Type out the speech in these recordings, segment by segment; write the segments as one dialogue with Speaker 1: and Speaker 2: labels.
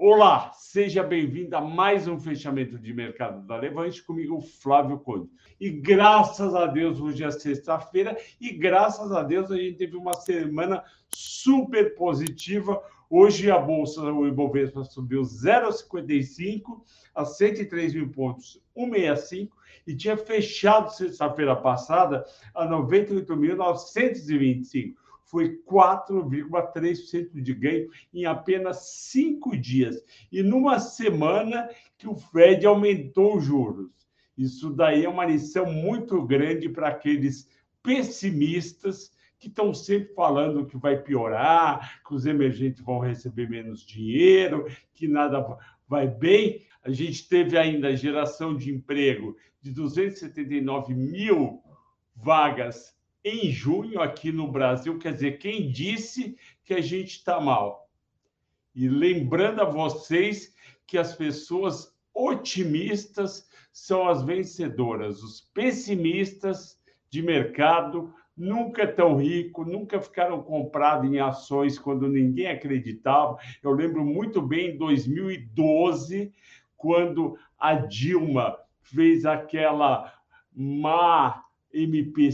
Speaker 1: Olá, seja bem-vindo a mais um fechamento de mercado da Levante, comigo, Flávio Conde. E graças a Deus, hoje é sexta-feira, e graças a Deus a gente teve uma semana super positiva. Hoje a Bolsa, o Ibovespa, subiu 0,55 a 103 mil pontos, 165, e tinha fechado sexta-feira passada a 98.925. Foi 4,3% de ganho em apenas 5 dias. E numa semana que o Fed aumentou os juros. Isso daí é uma lição muito grande para aqueles pessimistas que estão sempre falando que vai piorar, que os emergentes vão receber menos dinheiro, que nada vai bem. A gente teve ainda a geração de emprego de 279 mil vagas em junho aqui no Brasil. Quer dizer, quem disse que a gente está mal? E lembrando a vocês que as pessoas otimistas são as vencedoras. Os pessimistas de mercado nunca tão ricos, nunca ficaram comprados em ações quando ninguém acreditava. Eu lembro muito bem em 2012, quando a Dilma fez aquela má MP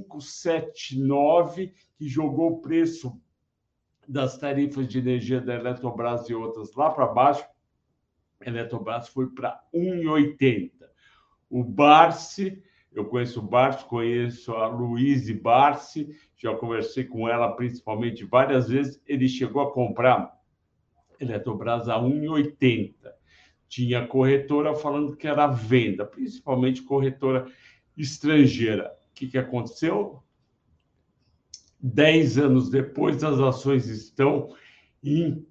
Speaker 1: 579, que jogou o preço das tarifas de energia da Eletrobras e outras lá para baixo. A Eletrobras foi para 1,80. O Barsi, eu conheço o Barsi, conheço a Luíse Barsi, já conversei com ela principalmente várias vezes. Ele chegou a comprar a Eletrobras a 1,80. Tinha corretora falando que era venda, principalmente corretora estrangeira. O que aconteceu? 10 anos depois, as ações estão em R$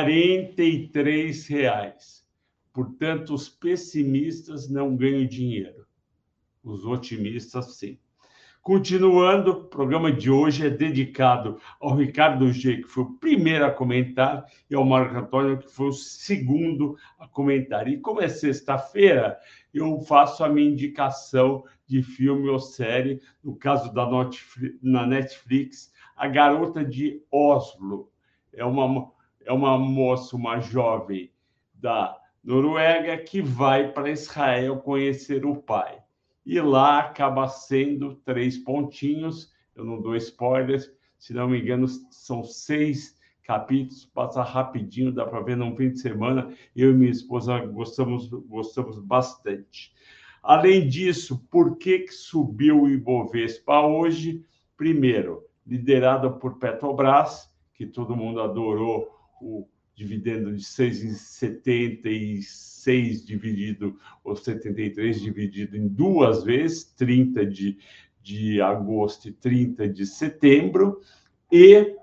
Speaker 1: 43. Portanto, os pessimistas não ganham dinheiro. Os otimistas, sim. Continuando, o programa de hoje é dedicado ao Ricardo G, que foi o primeiro a comentar, e ao Marco Antônio, que foi o segundo a comentar. E como é sexta-feira, eu faço a minha indicação de filme ou série, no caso na Netflix, A Garota de Oslo. É uma moça, uma jovem da Noruega, que vai para Israel conhecer o pai. E lá acaba sendo 3 pontinhos, eu não dou spoilers, se não me engano, são 6 capítulos, passa rapidinho, dá para ver num fim de semana. Eu e minha esposa gostamos bastante. Além disso, por que subiu o Ibovespa hoje? Primeiro, liderado por Petrobras, que todo mundo adorou o dividendo de 6,76 dividido, ou 73 dividido em 2 vezes, 30 de agosto e 30 de setembro, e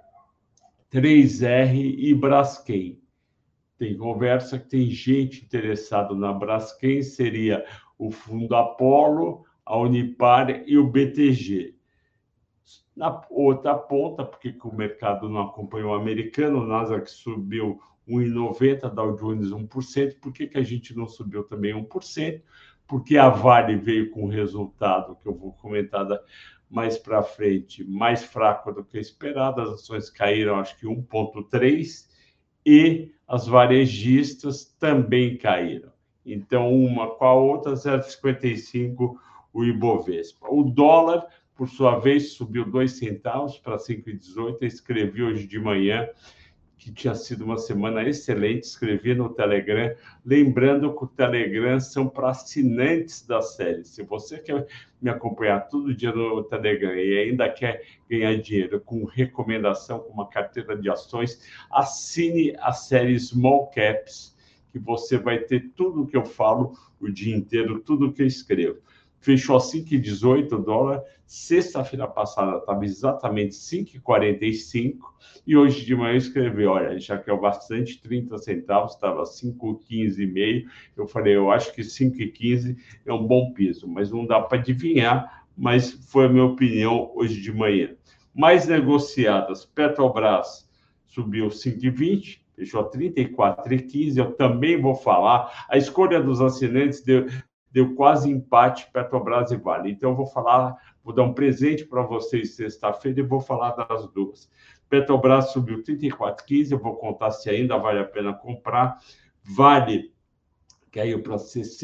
Speaker 1: 3R e Braskem. Tem conversa que tem gente interessada na Braskem, seria o Fundo Apollo, a Unipar e o BTG. Na outra ponta, porque o mercado não acompanhou o americano, o Nasdaq subiu 1,90%, Dow Jones 1%. Por que a gente não subiu também 1%? Porque a Vale veio com um resultado que eu vou comentar mais para frente, mais fraco do que esperado. As ações caíram, acho que 1,3%, e as varejistas também caíram. Então, uma com a outra, 0,55 o Ibovespa. O dólar, por sua vez, subiu 2 centavos para 5,18. Eu escrevi hoje de manhã que tinha sido uma semana excelente, escrevi no Telegram, lembrando que o Telegram são para assinantes da série. Se você quer me acompanhar todo dia no Telegram e ainda quer ganhar dinheiro com recomendação, com uma carteira de ações, assine a série Small Caps, que você vai ter tudo que eu falo o dia inteiro, tudo que eu escrevo. Fechou a 5,18 o dólar. Sexta-feira passada estava exatamente 5,45. E hoje de manhã eu escrevi, olha, já que é bastante, 30 centavos, estava 5,15,5. Eu falei, eu acho que 5,15 é um bom piso, mas não dá para adivinhar, mas foi a minha opinião hoje de manhã. Mais negociadas, Petrobras subiu 5,20, fechou a 34,15. Eu também vou falar, a escolha dos assinantes deu quase empate Petrobras e Vale. Então, eu vou dar um presente para vocês sexta-feira e vou falar das duas. Petrobras subiu 34,15, eu vou contar se ainda vale a pena comprar. Vale caiu para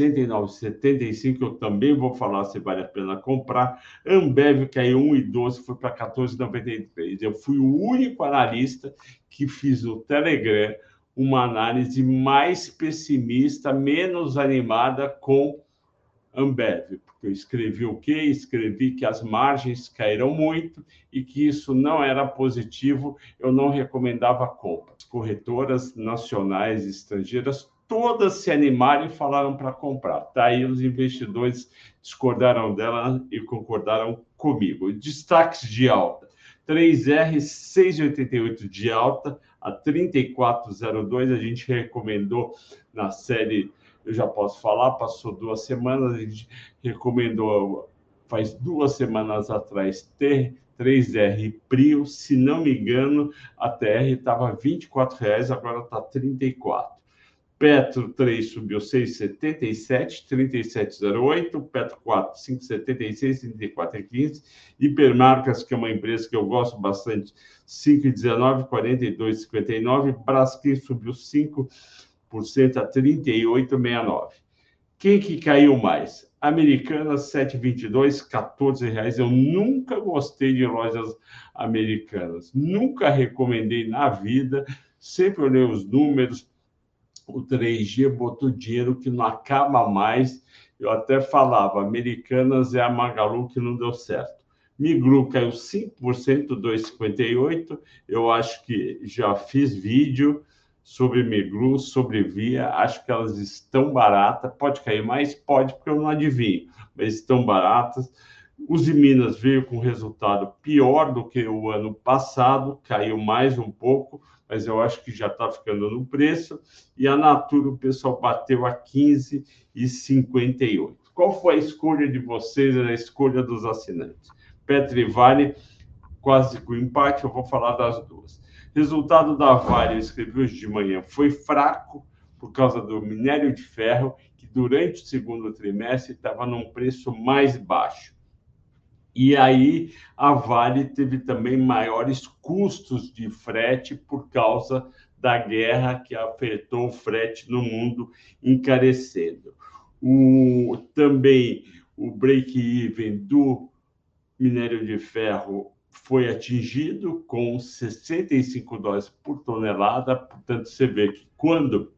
Speaker 1: 69,75, eu também vou falar se vale a pena comprar. Ambev caiu 1,12, foi para 14,93. Eu fui o único analista que fiz no Telegram uma análise mais pessimista, menos animada com Ambev, porque eu escrevi o quê? Escrevi que as margens caíram muito e que isso não era positivo, eu não recomendava a compra. As corretoras nacionais e estrangeiras todas se animaram e falaram para comprar. Daí os investidores discordaram dela e concordaram comigo. Destaques de alta. 3R 6,88 de alta a 34,02. A gente recomendou na série, eu já posso falar, passou 2 semanas, a gente recomendou faz 2 semanas atrás ter 3R Prio, se não me engano, a TR estava R$ 24,00, agora está R$ 34. Petro 3 subiu 6,77, 37,08. Petro 4, 5,76, 34,15. Hipermarcas, que é uma empresa que eu gosto bastante, 5,19, 42,59. Braskem subiu 5% a 38,69. Quem que caiu mais? Americanas, 7,22, R$14. Eu nunca gostei de lojas americanas. Nunca recomendei na vida. Sempre olhei os números. O 3G botou dinheiro que não acaba mais. Eu até falava, Americanas é a Magalu que não deu certo. Miglu caiu 5%, 2,58. Eu acho que já fiz vídeo sobre Miglu, sobre Via. Acho que elas estão baratas. Pode cair mais? Pode, porque eu não adivinho. Mas estão baratas. Os Minas veio com resultado pior do que o ano passado. Caiu mais um pouco, mas eu acho que já está ficando no preço. E a Natura, o pessoal bateu a 15,58. Qual foi a escolha de vocês, a escolha dos assinantes? Petro e Vale, quase com empate, eu vou falar das duas. Resultado da Vale, eu escrevi hoje de manhã, foi fraco por causa do minério de ferro, que durante o segundo trimestre estava num preço mais baixo. E aí a Vale teve também maiores custos de frete por causa da guerra que afetou o frete no mundo, encarecendo. Também o break-even do minério de ferro foi atingido com $65 por tonelada. Portanto, você vê que quando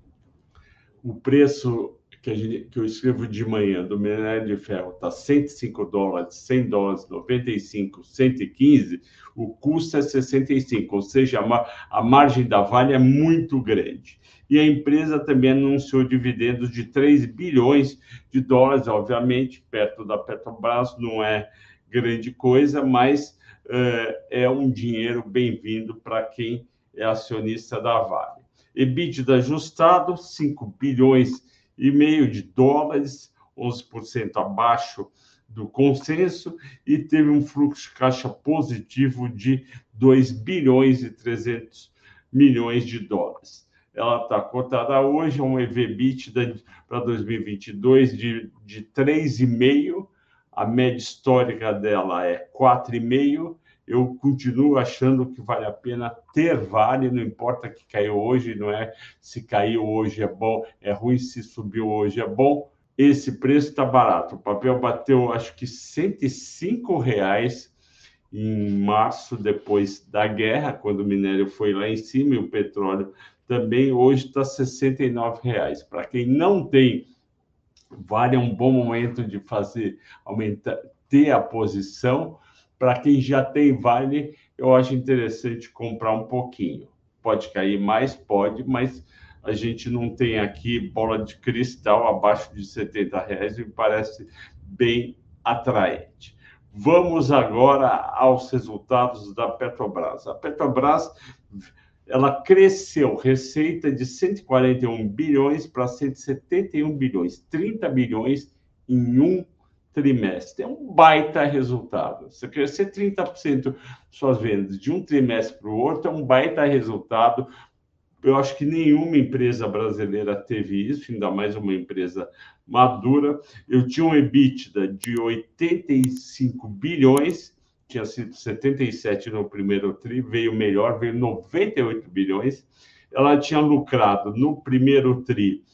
Speaker 1: o preço que eu escrevo de manhã do minério de ferro está $105, $100, 95, 115, o custo é 65, ou seja, a margem da Vale é muito grande. E a empresa também anunciou dividendos de $3 bilhões, obviamente, perto da Petrobras, não é grande coisa, mas é um dinheiro bem-vindo para quem é acionista da Vale. EBITDA ajustado, 5 bilhões e meio de dólares, 11% abaixo do consenso, e teve um fluxo de caixa positivo de 2 bilhões e 300 milhões de dólares. Ela está cotada hoje, um EV/EBITDA para 2022 de 3,5, a média histórica dela é 4,5. Eu continuo achando que vale a pena ter Vale, não importa que caiu hoje, não é se caiu hoje é bom, é ruim, se subiu hoje é bom. Esse preço está barato. O papel bateu, acho que R$105 em março, depois da guerra, quando o minério foi lá em cima e o petróleo também. Hoje está R$69. Para quem não tem Vale, é um bom momento de ter a posição. Para quem já tem Vale, eu acho interessante comprar um pouquinho. Pode cair mais? Pode, mas a gente não tem aqui bola de cristal abaixo de R$70, e me parece bem atraente. Vamos agora aos resultados da Petrobras. A Petrobras, ela cresceu receita de 141 bilhões para 171 bilhões, 30 bilhões em um trimestre. É um baita resultado. Você crescer 30% suas vendas de um trimestre para o outro é um baita resultado. Eu acho que nenhuma empresa brasileira teve isso, ainda mais uma empresa madura. Eu tinha um EBITDA de 85 bilhões, tinha sido 77 no primeiro tri, veio melhor, veio 98 bilhões. ela tinha lucrado no primeiro tri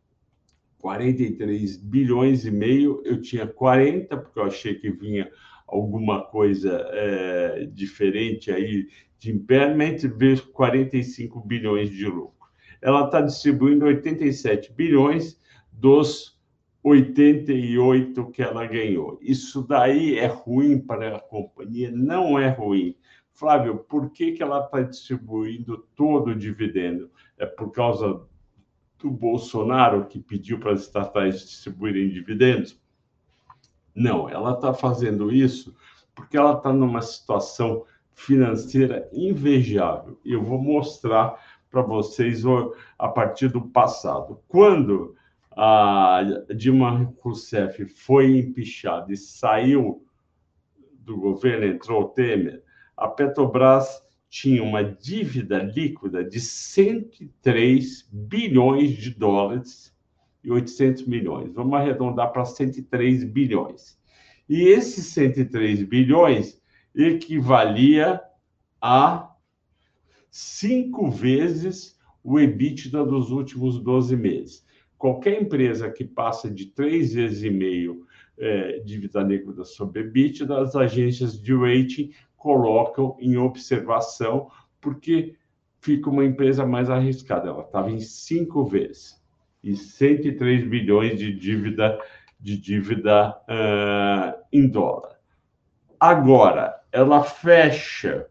Speaker 1: 43 bilhões e meio, eu tinha 40, porque eu achei que vinha alguma coisa diferente aí de impairment, vejo 45 bilhões de lucro. Ela está distribuindo 87 bilhões dos 88 que ela ganhou. Isso daí é ruim para a companhia? Não é ruim. Flávio, por que ela está distribuindo todo o dividendo? É por causa do Bolsonaro, que pediu para as estatais distribuírem dividendos? Não, ela está fazendo isso porque ela está numa situação financeira invejável. Eu vou mostrar para vocês a partir do passado. Quando a Dilma Rousseff foi empichada e saiu do governo, entrou o Temer, a Petrobras tinha uma dívida líquida de 103 bilhões de dólares e 800 milhões. Vamos arredondar para 103 bilhões. E esses 103 bilhões equivalia a 5 vezes o EBITDA dos últimos 12 meses. Qualquer empresa que passa de 3,5 vezes dívida líquida sobre EBITDA, as agências de rating colocam em observação, porque fica uma empresa mais arriscada. Ela estava em 5 vezes e 103 bilhões de dívida em dólar. Agora, ela fecha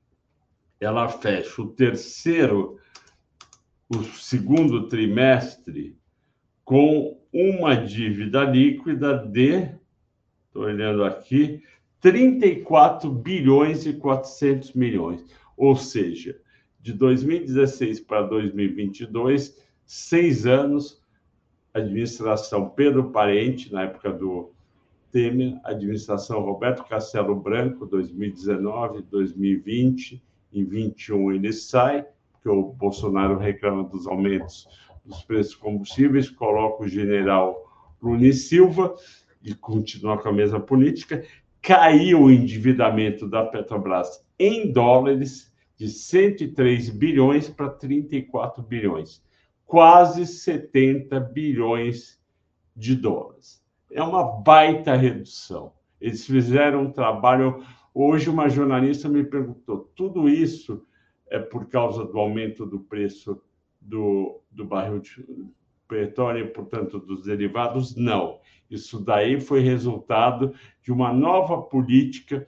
Speaker 1: o segundo trimestre com uma dívida líquida de, estou olhando aqui, 34 bilhões e 400 milhões. Ou seja, de 2016 para 2022, 6 anos, administração Pedro Parente, na época do Temer, administração Roberto Castelo Branco, 2019, 2020, em 21 ele sai, porque o Bolsonaro reclama dos aumentos dos preços combustíveis, coloca o general Lula Silva e continua com a mesma política. Caiu o endividamento da Petrobras em dólares de 103 bilhões para 34 bilhões, quase 70 bilhões de dólares. É uma baita redução. Eles fizeram um trabalho. Hoje, uma jornalista me perguntou: tudo isso é por causa do aumento do preço do barril de petróleo, portanto, dos derivados? Não. Isso daí foi resultado de uma nova política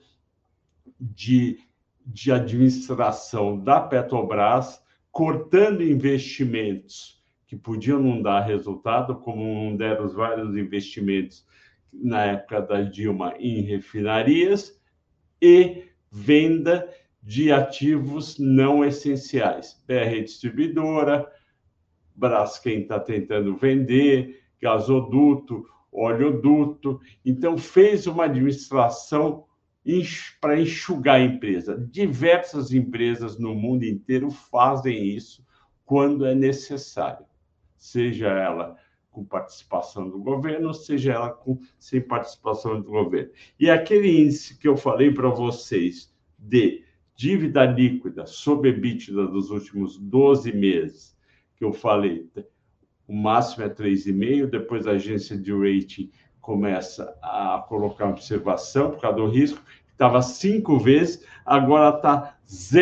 Speaker 1: de administração da Petrobras, cortando investimentos que podiam não dar resultado, como não deram os vários investimentos na época da Dilma em refinarias, e venda de ativos não essenciais. BR Distribuidora, Braskem está tentando vender, gasoduto, oleoduto. Então, fez uma administração para enxugar a empresa. Diversas empresas no mundo inteiro fazem isso quando é necessário, seja ela com participação do governo, seja ela sem participação do governo. E aquele índice que eu falei para vocês de dívida líquida sobre EBITDA dos últimos 12 meses, que eu falei, o máximo é 3,5, depois a agência de rating começa a colocar observação por causa do risco, estava 5 vezes, agora está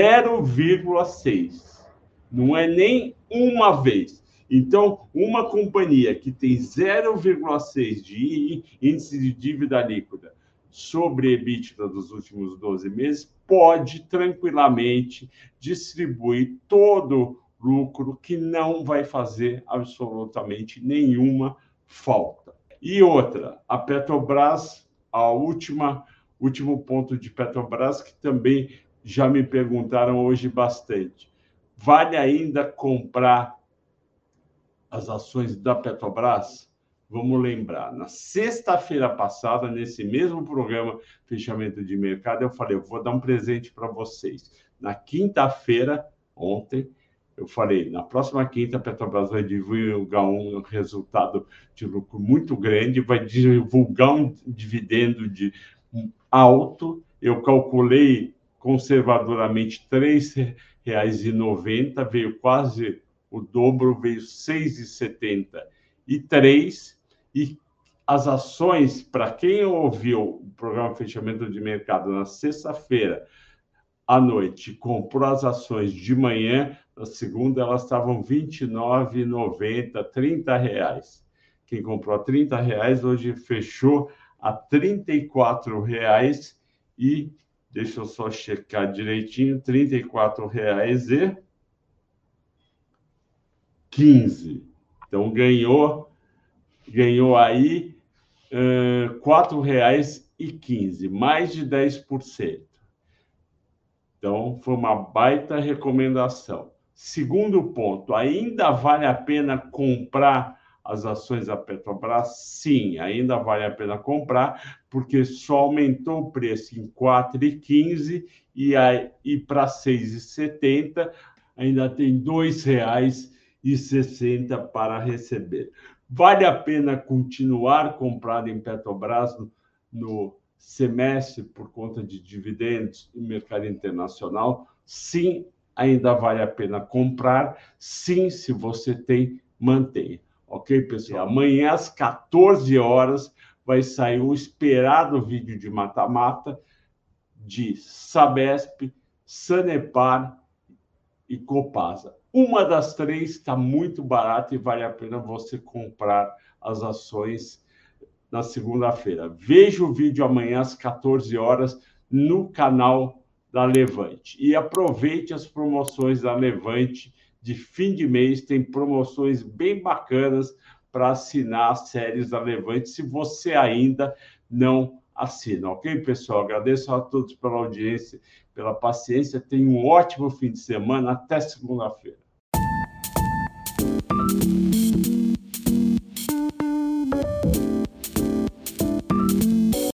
Speaker 1: 0,6. Não é nem uma vez. Então, uma companhia que tem 0,6 de índice de dívida líquida sobre EBITDA dos últimos 12 meses pode tranquilamente distribuir todo lucro que não vai fazer absolutamente nenhuma falta. E outra, a Petrobras, último ponto de Petrobras, que também já me perguntaram hoje bastante. Vale ainda comprar as ações da Petrobras? Vamos lembrar, na sexta-feira passada, nesse mesmo programa Fechamento de Mercado, eu falei, eu vou dar um presente para vocês. Na quinta-feira, ontem, eu falei, na próxima quinta, a Petrobras vai divulgar um resultado de lucro muito grande, vai divulgar um dividendo alto. Eu calculei conservadoramente R$ 3,90, veio quase o dobro, veio R$ 6,73. E as ações, para quem ouviu o programa Fechamento de Mercado na sexta-feira à noite, comprou as ações de manhã, na segunda elas estavam R$ 29,90, R$ 30. Quem comprou a R$ 30 hoje fechou a R$ 34,00 e deixa eu só checar direitinho, R$ 34,15. Então ganhou aí R$ 4,15, mais de 10%. Então, foi uma baita recomendação. Segundo ponto, ainda vale a pena comprar as ações da Petrobras? Sim, ainda vale a pena comprar, porque só aumentou o preço em R$ 4,15 e para R$ 6,70 ainda tem R$ 2,60 para receber. Vale a pena continuar comprando em Petrobras no semestre por conta de dividendos e mercado internacional? Sim, ainda vale a pena comprar. Sim, se você tem, mantenha. Ok, pessoal? Amanhã às 14 horas vai sair o esperado vídeo de mata-mata de Sabesp, Sanepar e Copasa. Uma das três está muito barata e vale a pena você comprar as ações na segunda-feira. Veja o vídeo amanhã às 14 horas no canal da Levante. E aproveite as promoções da Levante de fim de mês. Tem promoções bem bacanas para assinar as séries da Levante, se você ainda não assina. Ok, pessoal? Agradeço a todos pela audiência, pela paciência. Tenham um ótimo fim de semana. Até segunda-feira.